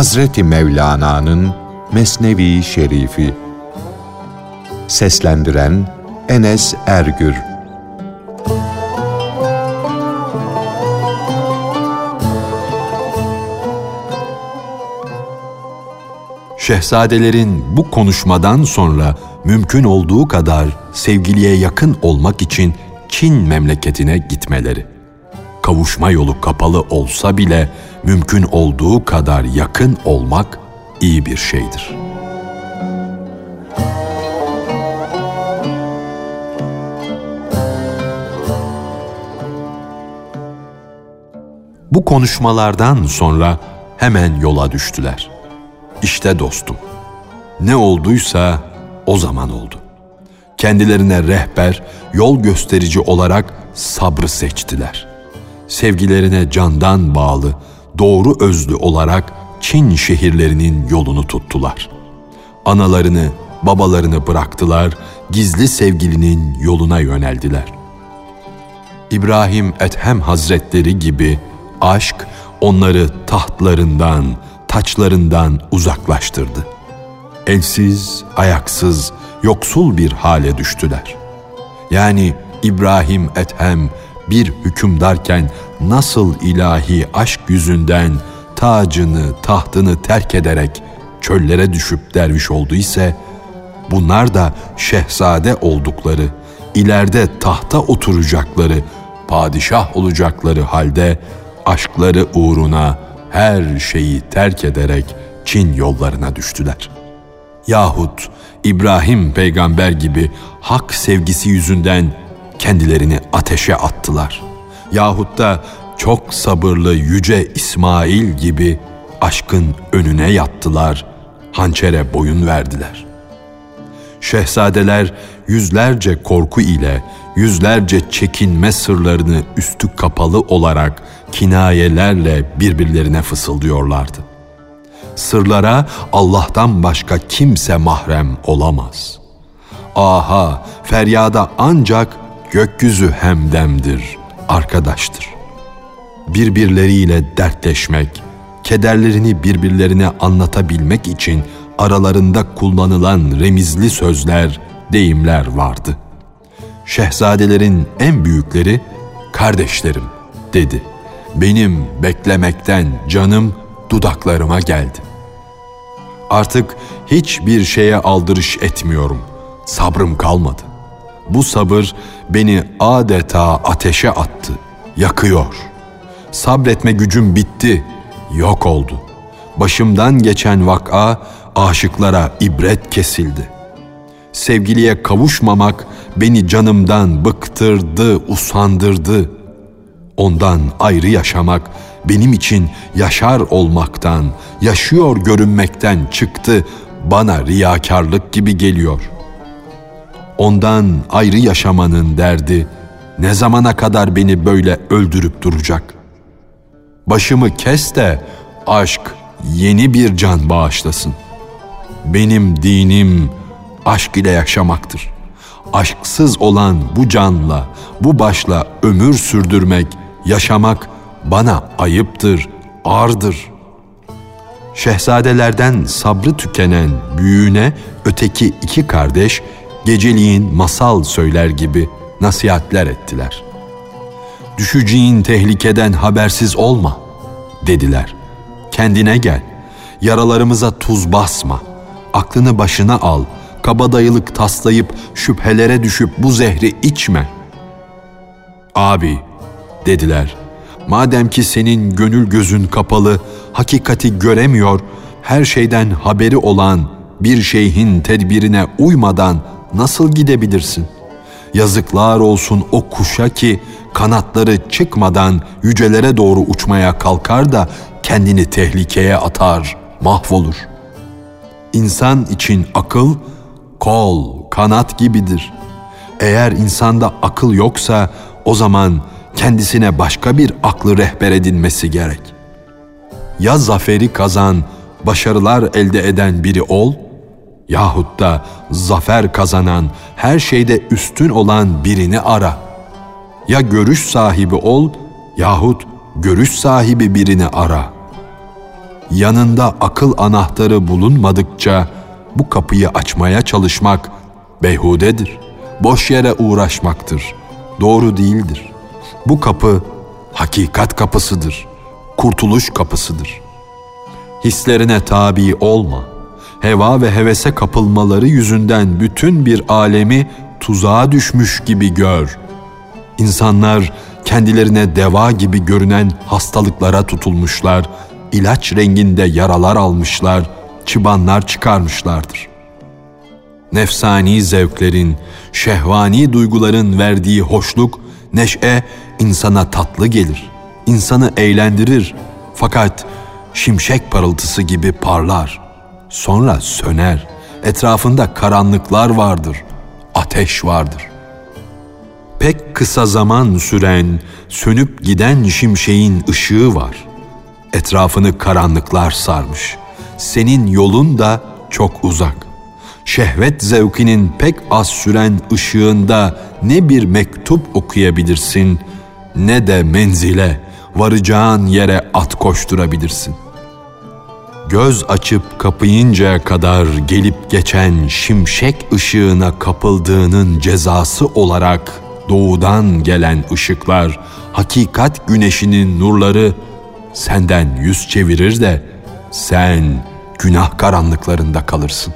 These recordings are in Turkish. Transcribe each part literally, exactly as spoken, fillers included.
Hazreti Mevlana'nın Mesnevi Şerifi. Seslendiren Enes Ergür. Şehzadelerin bu konuşmadan sonra mümkün olduğu kadar sevgiliye yakın olmak için Çin memleketine gitmeleri. Kavuşma yolu kapalı olsa bile mümkün olduğu kadar yakın olmak iyi bir şeydir. Bu konuşmalardan sonra hemen yola düştüler. İşte dostum, ne olduysa o zaman oldu. Kendilerine rehber, yol gösterici olarak sabrı seçtiler. Sevgilerine candan bağlı, doğru özlü olarak Çin şehirlerinin yolunu tuttular. Analarını, babalarını bıraktılar, gizli sevgilinin yoluna yöneldiler. İbrahim Ethem Hazretleri gibi aşk onları tahtlarından, taçlarından uzaklaştırdı. Elsiz, ayaksız, yoksul bir hale düştüler. Yani İbrahim Ethem bir hükümdarken nasıl ilahi aşk yüzünden tacını, tahtını terk ederek çöllere düşüp derviş oldu ise, bunlar da şehzade oldukları, ileride tahta oturacakları, padişah olacakları halde aşkları uğruna her şeyi terk ederek Çin yollarına düştüler. Yahut İbrahim peygamber gibi hak sevgisi yüzünden kendilerini ateşe attılar. Yahut da çok sabırlı yüce İsmail gibi aşkın önüne yattılar, hançere boyun verdiler. Şehzadeler yüzlerce korku ile, yüzlerce çekinme sırlarını üstü kapalı olarak kinayelerle birbirlerine fısıldıyorlardı. Sırlara Allah'tan başka kimse mahrem olamaz. Aha, feryada ancak gökyüzü hemdemdir, arkadaştır. Birbirleriyle dertleşmek, kederlerini birbirlerine anlatabilmek için aralarında kullanılan remizli sözler, deyimler vardı. Şehzadelerin en büyükleri, "Kardeşlerim," dedi. "Benim beklemekten canım dudaklarıma geldi. Artık hiçbir şeye aldırış etmiyorum. Sabrım kalmadı. Bu sabır beni adeta ateşe attı, yakıyor. Sabretme gücüm bitti, yok oldu. Başımdan geçen vak'a aşıklara ibret kesildi. Sevgiliye kavuşmamak beni canımdan bıktırdı, usandırdı. Ondan ayrı yaşamak benim için yaşar olmaktan, yaşıyor görünmekten çıktı, bana riyakarlık gibi geliyor. Ondan ayrı yaşamanın derdi ne zamana kadar beni böyle öldürüp duracak? Başımı kes de aşk yeni bir can bağışlasın. Benim dinim aşk ile yaşamaktır. Aşksız olan bu canla, bu başla ömür sürdürmek, yaşamak bana ayıptır, ardır." Şehzadelerden sabrı tükenen büyüğüne öteki iki kardeş geceliğin masal söyler gibi nasihatler ettiler. "Düşeceğin tehlikeden habersiz olma," dediler. "Kendine gel, yaralarımıza tuz basma, aklını başına al, kabadayılık taslayıp şüphelere düşüp bu zehri içme." "Abi," dediler, "madem ki senin gönül gözün kapalı, hakikati göremiyor, her şeyden haberi olan bir şeyhin tedbirine uymadan nasıl gidebilirsin? Yazıklar olsun o kuşa ki kanatları çıkmadan yücelere doğru uçmaya kalkar da kendini tehlikeye atar, mahvolur. İnsan için akıl, kol, kanat gibidir. Eğer insanda akıl yoksa o zaman kendisine başka bir aklı rehber edinmesi gerek. Ya zaferi kazan, başarılar elde eden biri ol, yahut da zafer kazanan, her şeyde üstün olan birini ara. Ya görüş sahibi ol, yahut görüş sahibi birini ara. yanında akıl anahtarı bulunmadıkça bu kapıyı açmaya çalışmak beyhudedir. Boş yere uğraşmaktır. Doğru değildir. Bu kapı hakikat kapısıdır. Kurtuluş kapısıdır. Hislerine tabi olma. Heva ve hevese kapılmaları yüzünden bütün bir alemi tuzağa düşmüş gibi gör. İnsanlar kendilerine deva gibi görünen hastalıklara tutulmuşlar, ilaç renginde yaralar almışlar, çıbanlar çıkarmışlardır. Nefsani zevklerin, şehvani duyguların verdiği hoşluk, neşe insana tatlı gelir, insanı eğlendirir. Fakat şimşek parıltısı gibi parlar, sonra söner. Etrafında karanlıklar vardır, ateş vardır. Pek kısa zaman süren, sönüp giden şimşeğin ışığı var. Etrafını karanlıklar sarmış. Senin yolun da çok uzak. Şehvet zevkinin pek az süren ışığında ne bir mektup okuyabilirsin, ne de menzile, varacağın yere at koşturabilirsin. Göz açıp kapayıncaya kadar gelip geçen şimşek ışığına kapıldığının cezası olarak doğudan gelen ışıklar, hakikat güneşinin nurları senden yüz çevirir de sen günah karanlıklarında kalırsın.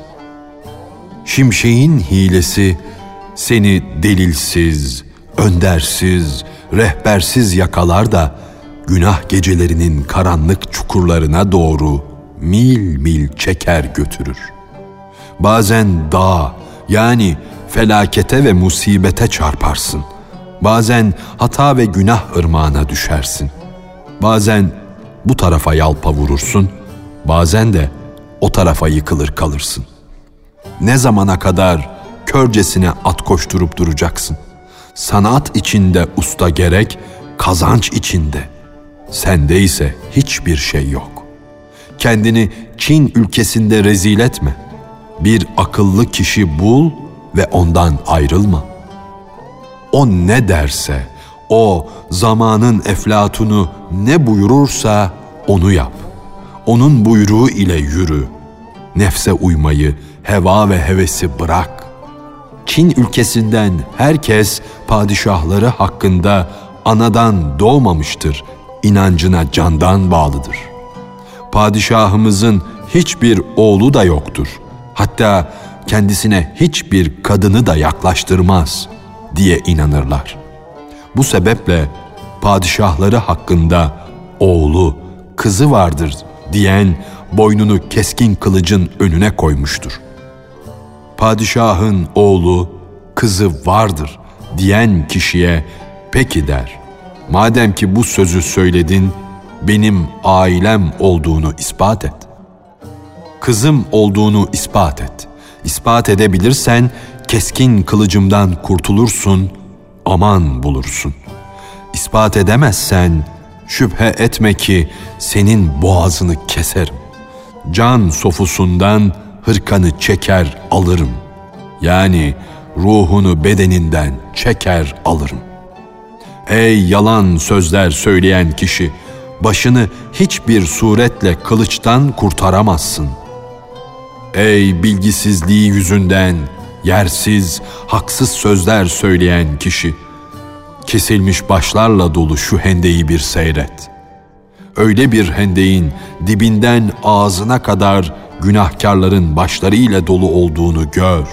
Şimşeğin hilesi seni delilsiz, öndersiz, rehbersiz yakalar da günah gecelerinin karanlık çukurlarına doğru mil mil çeker götürür. Bazen dağ, yani felakete ve musibete çarparsın. Bazen hata ve günah ırmağına düşersin. Bazen bu tarafa yalpa vurursun, bazen de o tarafa yıkılır kalırsın. Ne zamana kadar körcesine at koşturup duracaksın? Sanat içinde usta gerek, kazanç içinde. Sende ise hiçbir şey yok. Kendini Çin ülkesinde rezil etme. Bir akıllı kişi bul ve ondan ayrılma. O ne derse, o zamanın eflatunu ne buyurursa onu yap. Onun buyruğu ile yürü. Nefse uymayı, heva ve hevesi bırak. Çin ülkesinden herkes padişahları hakkında anadan doğmamıştır, inancına candan bağlıdır. Padişahımızın hiçbir oğlu da yoktur. Hatta kendisine hiçbir kadını da yaklaştırmaz diye inanırlar. Bu sebeple padişahları hakkında oğlu, kızı vardır diyen boynunu keskin kılıcın önüne koymuştur. Padişahın oğlu, kızı vardır diyen kişiye peki der. Madem ki bu sözü söyledin, benim ailem olduğunu ispat et. Kızım olduğunu ispat et. İspat edebilirsen keskin kılıcımdan kurtulursun, aman bulursun. İspat edemezsen şüphe etme ki senin boğazını keserim. Can sofusundan hırkanı çeker alırım. Yani ruhunu bedeninden çeker alırım. Ey yalan sözler söyleyen kişi, başını hiçbir suretle kılıçtan kurtaramazsın. Ey bilgisizliği yüzünden yersiz, haksız sözler söyleyen kişi, kesilmiş başlarla dolu şu hendeyi bir seyret. Öyle bir hendeyin dibinden ağzına kadar günahkarların başlarıyla dolu olduğunu gör.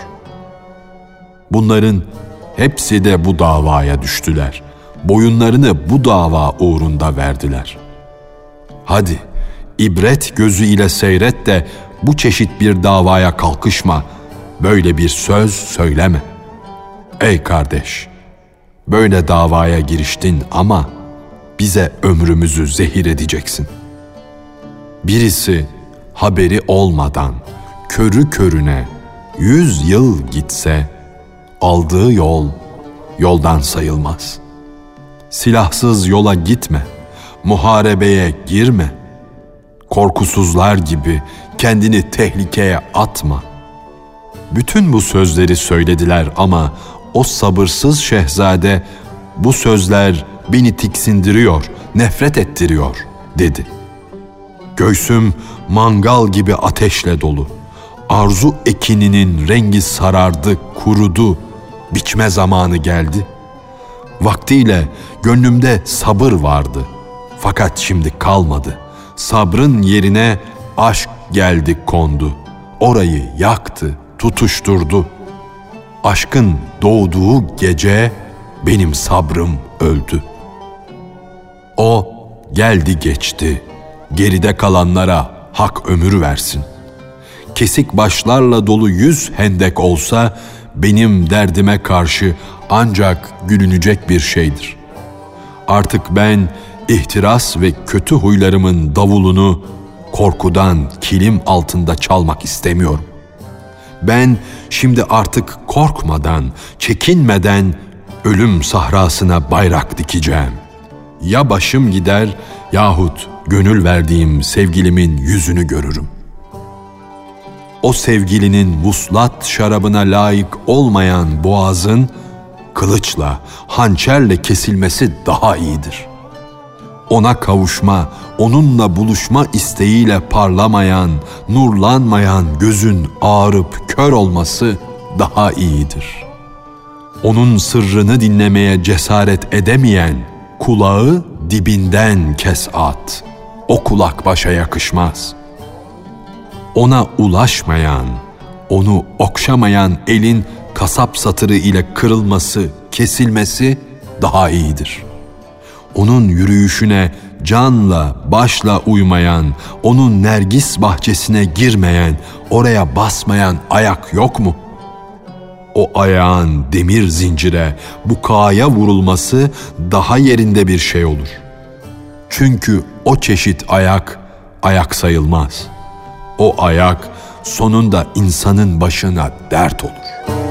Bunların hepsi de bu davaya düştüler. Boyunlarını bu dava uğrunda verdiler. Hadi ibret gözü ile seyret de bu çeşit bir davaya kalkışma, böyle bir söz söyleme. Ey kardeş, böyle davaya giriştin ama bize ömrümüzü zehir edeceksin. Birisi haberi olmadan körü körüne yüz yıl gitse, aldığı yol yoldan sayılmaz. Silahsız yola gitme, muharebeye girme. Korkusuzlar gibi kendini tehlikeye atma. Bütün bu sözleri söylediler ama o sabırsız şehzade, bu sözler beni tiksindiriyor, nefret ettiriyor dedi. Göğsüm mangal gibi ateşle dolu. Arzu ekininin rengi sarardı, kurudu. Biçme zamanı geldi. Vaktiyle gönlümde sabır vardı. Fakat şimdi kalmadı. Sabrın yerine aşk geldi kondu. Orayı yaktı, tutuşturdu. Aşkın doğduğu gece benim sabrım öldü. O geldi geçti. Geride kalanlara hak ömür versin. Kesik başlarla dolu yüz hendek olsa benim derdime karşı ancak gülünecek bir şeydir. Artık ben ihtiras ve kötü huylarımın davulunu korkudan kilim altında çalmak istemiyorum. Ben şimdi artık korkmadan, çekinmeden ölüm sahrasına bayrak dikeceğim. Ya başım gider yahut gönül verdiğim sevgilimin yüzünü görürüm. O sevgilinin vuslat şarabına layık olmayan boğazın kılıçla, hançerle kesilmesi daha iyidir. Ona kavuşma, onunla buluşma isteğiyle parlamayan, nurlanmayan gözün ağrıp kör olması daha iyidir. Onun sırrını dinlemeye cesaret edemeyen kulağı dibinden kes at. O kulak başa yakışmaz. Ona ulaşmayan, onu okşamayan elin kasap satırı ile kırılması, kesilmesi daha iyidir. Onun yürüyüşüne canla başla uymayan, onun nergis bahçesine girmeyen, oraya basmayan ayak yok mu? O ayağın demir zincire, bukaya vurulması daha yerinde bir şey olur. Çünkü o çeşit ayak, ayak sayılmaz. O ayak sonunda insanın başına dert olur.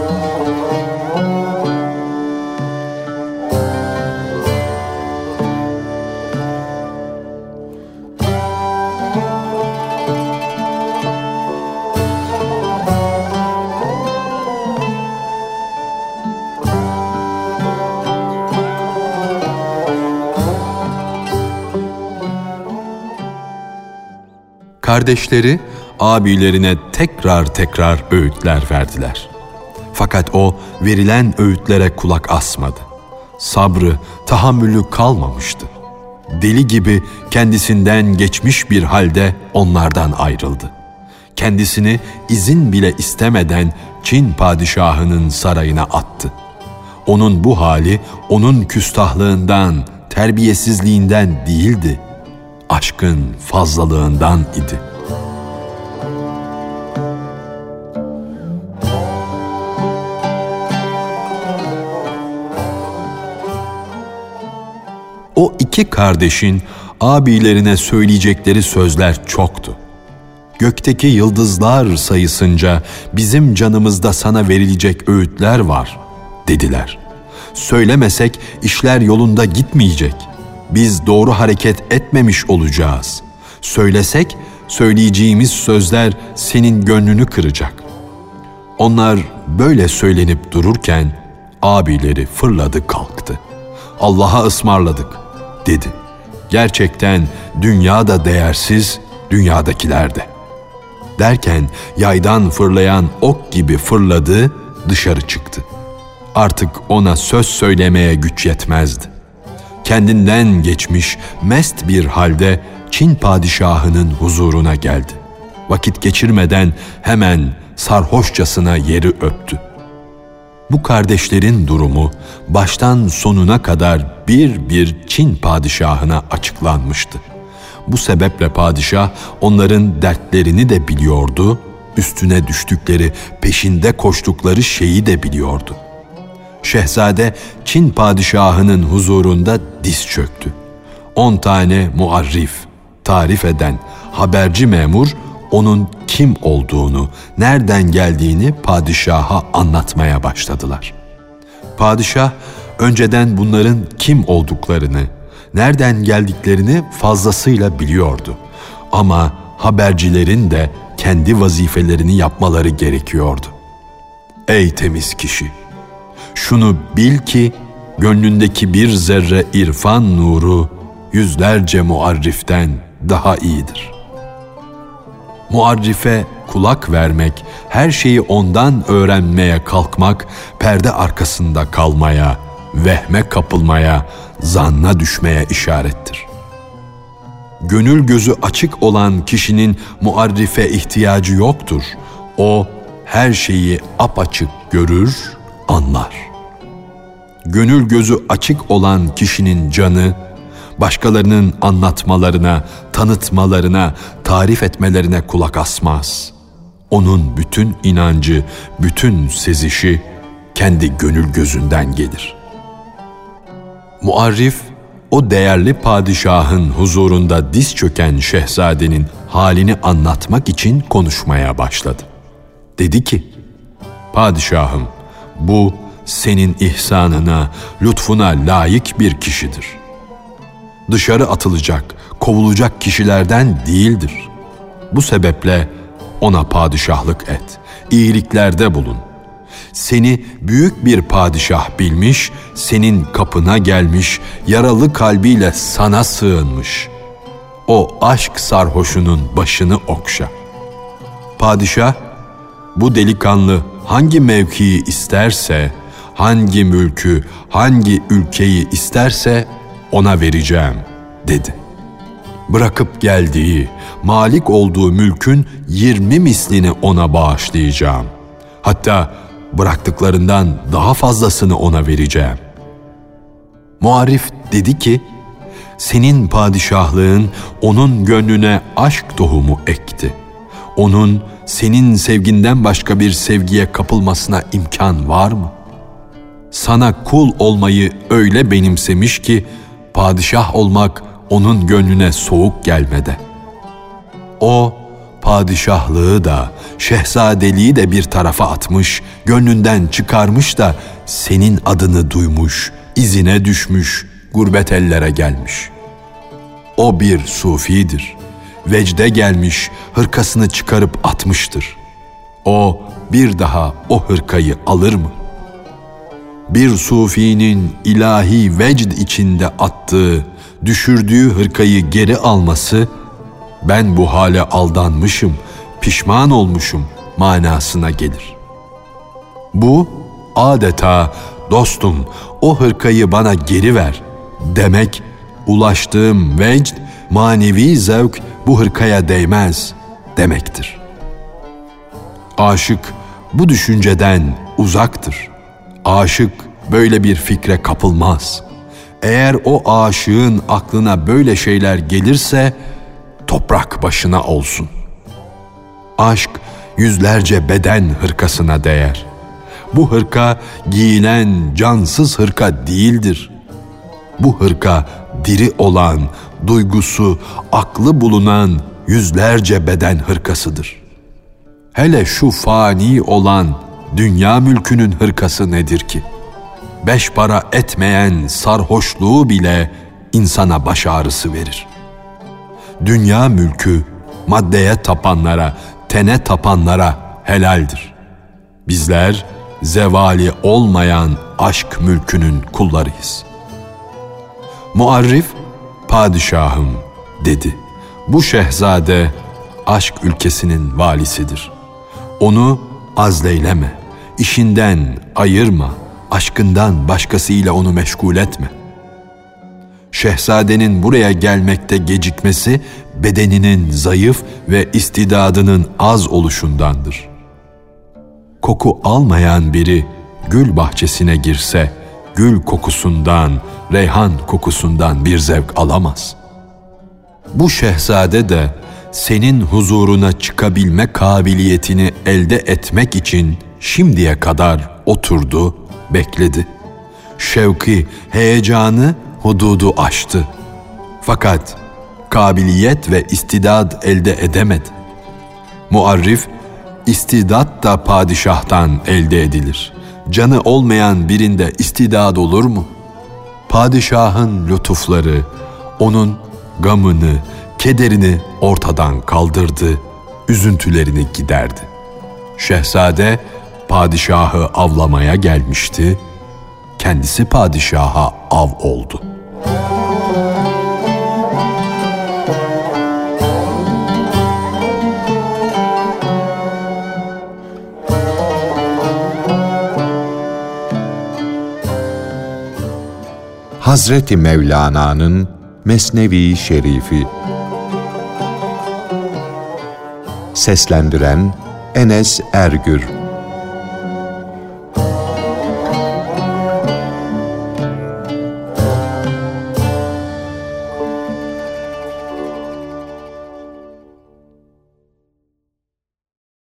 Kardeşleri abilerine tekrar tekrar öğütler verdiler. Fakat o verilen öğütlere kulak asmadı. Sabrı, tahammülü kalmamıştı. Deli gibi kendisinden geçmiş bir halde onlardan ayrıldı. Kendisini izin bile istemeden Çin padişahının sarayına attı. Onun bu hali onun küstahlığından, terbiyesizliğinden değildi. Aşkın fazlalığından idi. O iki kardeşin abilerine söyleyecekleri sözler çoktu. Gökteki yıldızlar sayısınca bizim canımızda sana verilecek öğütler var, dediler. Söylemesek işler yolunda gitmeyecek. Biz doğru hareket etmemiş olacağız. Söylesek söyleyeceğimiz sözler senin gönlünü kıracak. Onlar böyle söylenip dururken abileri fırladı kalktı. Allah'a ısmarladık dedi. Gerçekten dünya da değersiz, dünyadakiler de. Derken yaydan fırlayan ok gibi fırladı, dışarı çıktı. Artık ona söz söylemeye güç yetmezdi. Kendinden geçmiş, mest bir halde Çin padişahının huzuruna geldi. Vakit geçirmeden hemen sarhoşçasına yeri öptü. Bu kardeşlerin durumu baştan sonuna kadar bir bir Çin padişahına açıklanmıştı. Bu sebeple padişah onların dertlerini de biliyordu, üstüne düştükleri, peşinde koştukları şeyi de biliyordu. Şehzade Çin padişahının huzurunda diz çöktü. On tane muarrif, tarif eden, haberci memur onun kim olduğunu, nereden geldiğini padişaha anlatmaya başladılar. Padişah önceden bunların kim olduklarını, nereden geldiklerini fazlasıyla biliyordu. Ama habercilerin de kendi vazifelerini yapmaları gerekiyordu. Ey temiz kişi! Şunu bil ki gönlündeki bir zerre irfan nuru yüzlerce muarriften daha iyidir. Muarrife kulak vermek, her şeyi ondan öğrenmeye kalkmak, perde arkasında kalmaya, vehme kapılmaya, zanna düşmeye işarettir. Gönül gözü açık olan kişinin muarrife ihtiyacı yoktur. O her şeyi apaçık görür, anlar. Gönül gözü açık olan kişinin canı, başkalarının anlatmalarına, tanıtmalarına, tarif etmelerine kulak asmaz. Onun bütün inancı, bütün sezişi kendi gönül gözünden gelir. Muarrif, o değerli padişahın huzurunda diz çöken şehzadenin halini anlatmak için konuşmaya başladı. Dedi ki, padişahım, bu senin ihsanına, lütfuna layık bir kişidir. Dışarı atılacak, kovulacak kişilerden değildir. Bu sebeple ona padişahlık et, iyiliklerde bulun. Seni büyük bir padişah bilmiş, senin kapına gelmiş, yaralı kalbiyle sana sığınmış. O aşk sarhoşunun başını okşa. Padişah, bu delikanlı hangi mevkiyi isterse, hangi mülkü, hangi ülkeyi isterse ona vereceğim, dedi. Bırakıp geldiği, malik olduğu mülkün yirmi mislini ona bağışlayacağım. Hatta bıraktıklarından daha fazlasını ona vereceğim. Muarrif dedi ki, senin padişahlığın onun gönlüne aşk tohumu ekti. Onun senin sevginden başka bir sevgiye kapılmasına imkan var mı? Sana kul olmayı öyle benimsemiş ki, padişah olmak onun gönlüne soğuk gelmede. O, padişahlığı da, şehzadeliği de bir tarafa atmış, gönlünden çıkarmış da senin adını duymuş, izine düşmüş, gurbet ellere gelmiş. O bir sufidir. Vecde gelmiş, hırkasını çıkarıp atmıştır. O bir daha o hırkayı alır mı? Bir sufinin ilahi vecd içinde attığı, düşürdüğü hırkayı geri alması, ben bu hale aldanmışım, pişman olmuşum manasına gelir. Bu adeta dostum o hırkayı bana geri ver demek, ulaştığım vecd, manevi zevk bu hırkaya değmez demektir. Aşık bu düşünceden uzaktır. Aşık böyle bir fikre kapılmaz. Eğer o aşığın aklına böyle şeyler gelirse, toprak başına olsun. Aşk yüzlerce beden hırkasına değer. Bu hırka giyilen cansız hırka değildir. Bu hırka diri olan, duygusu, aklı bulunan yüzlerce beden hırkasıdır. Hele şu fani olan dünya mülkünün hırkası nedir ki? Beş para etmeyen sarhoşluğu bile insana baş ağrısı verir. Dünya mülkü maddeye tapanlara, tene tapanlara helaldir. Bizler zevali olmayan aşk mülkünün kullarıyız. Muarrif, padişahım dedi. Bu şehzade aşk ülkesinin valisidir. Onu azleyleme, işinden ayırma, aşkından başkasıyla onu meşgul etme. Şehzadenin buraya gelmekte gecikmesi, bedeninin zayıf ve istidadının az oluşundandır. Koku almayan biri gül bahçesine girse, gül kokusundan, reyhan kokusundan bir zevk alamaz. Bu şehzade de senin huzuruna çıkabilme kabiliyetini elde etmek için şimdiye kadar oturdu, bekledi. Şevki, heyecanı hududu aştı. Fakat kabiliyet ve istidad elde edemedi. Muarrif, istidat da padişahtan elde edilir. Canı olmayan birinde istidad olur mu? Padişahın lütufları, onun gamını, kederini ortadan kaldırdı, üzüntülerini giderdi. Şehzade padişahı avlamaya gelmişti, kendisi padişaha av oldu. Hazreti Mevlana'nın Mesnevi Şerifi. Seslendiren Enes Ergür.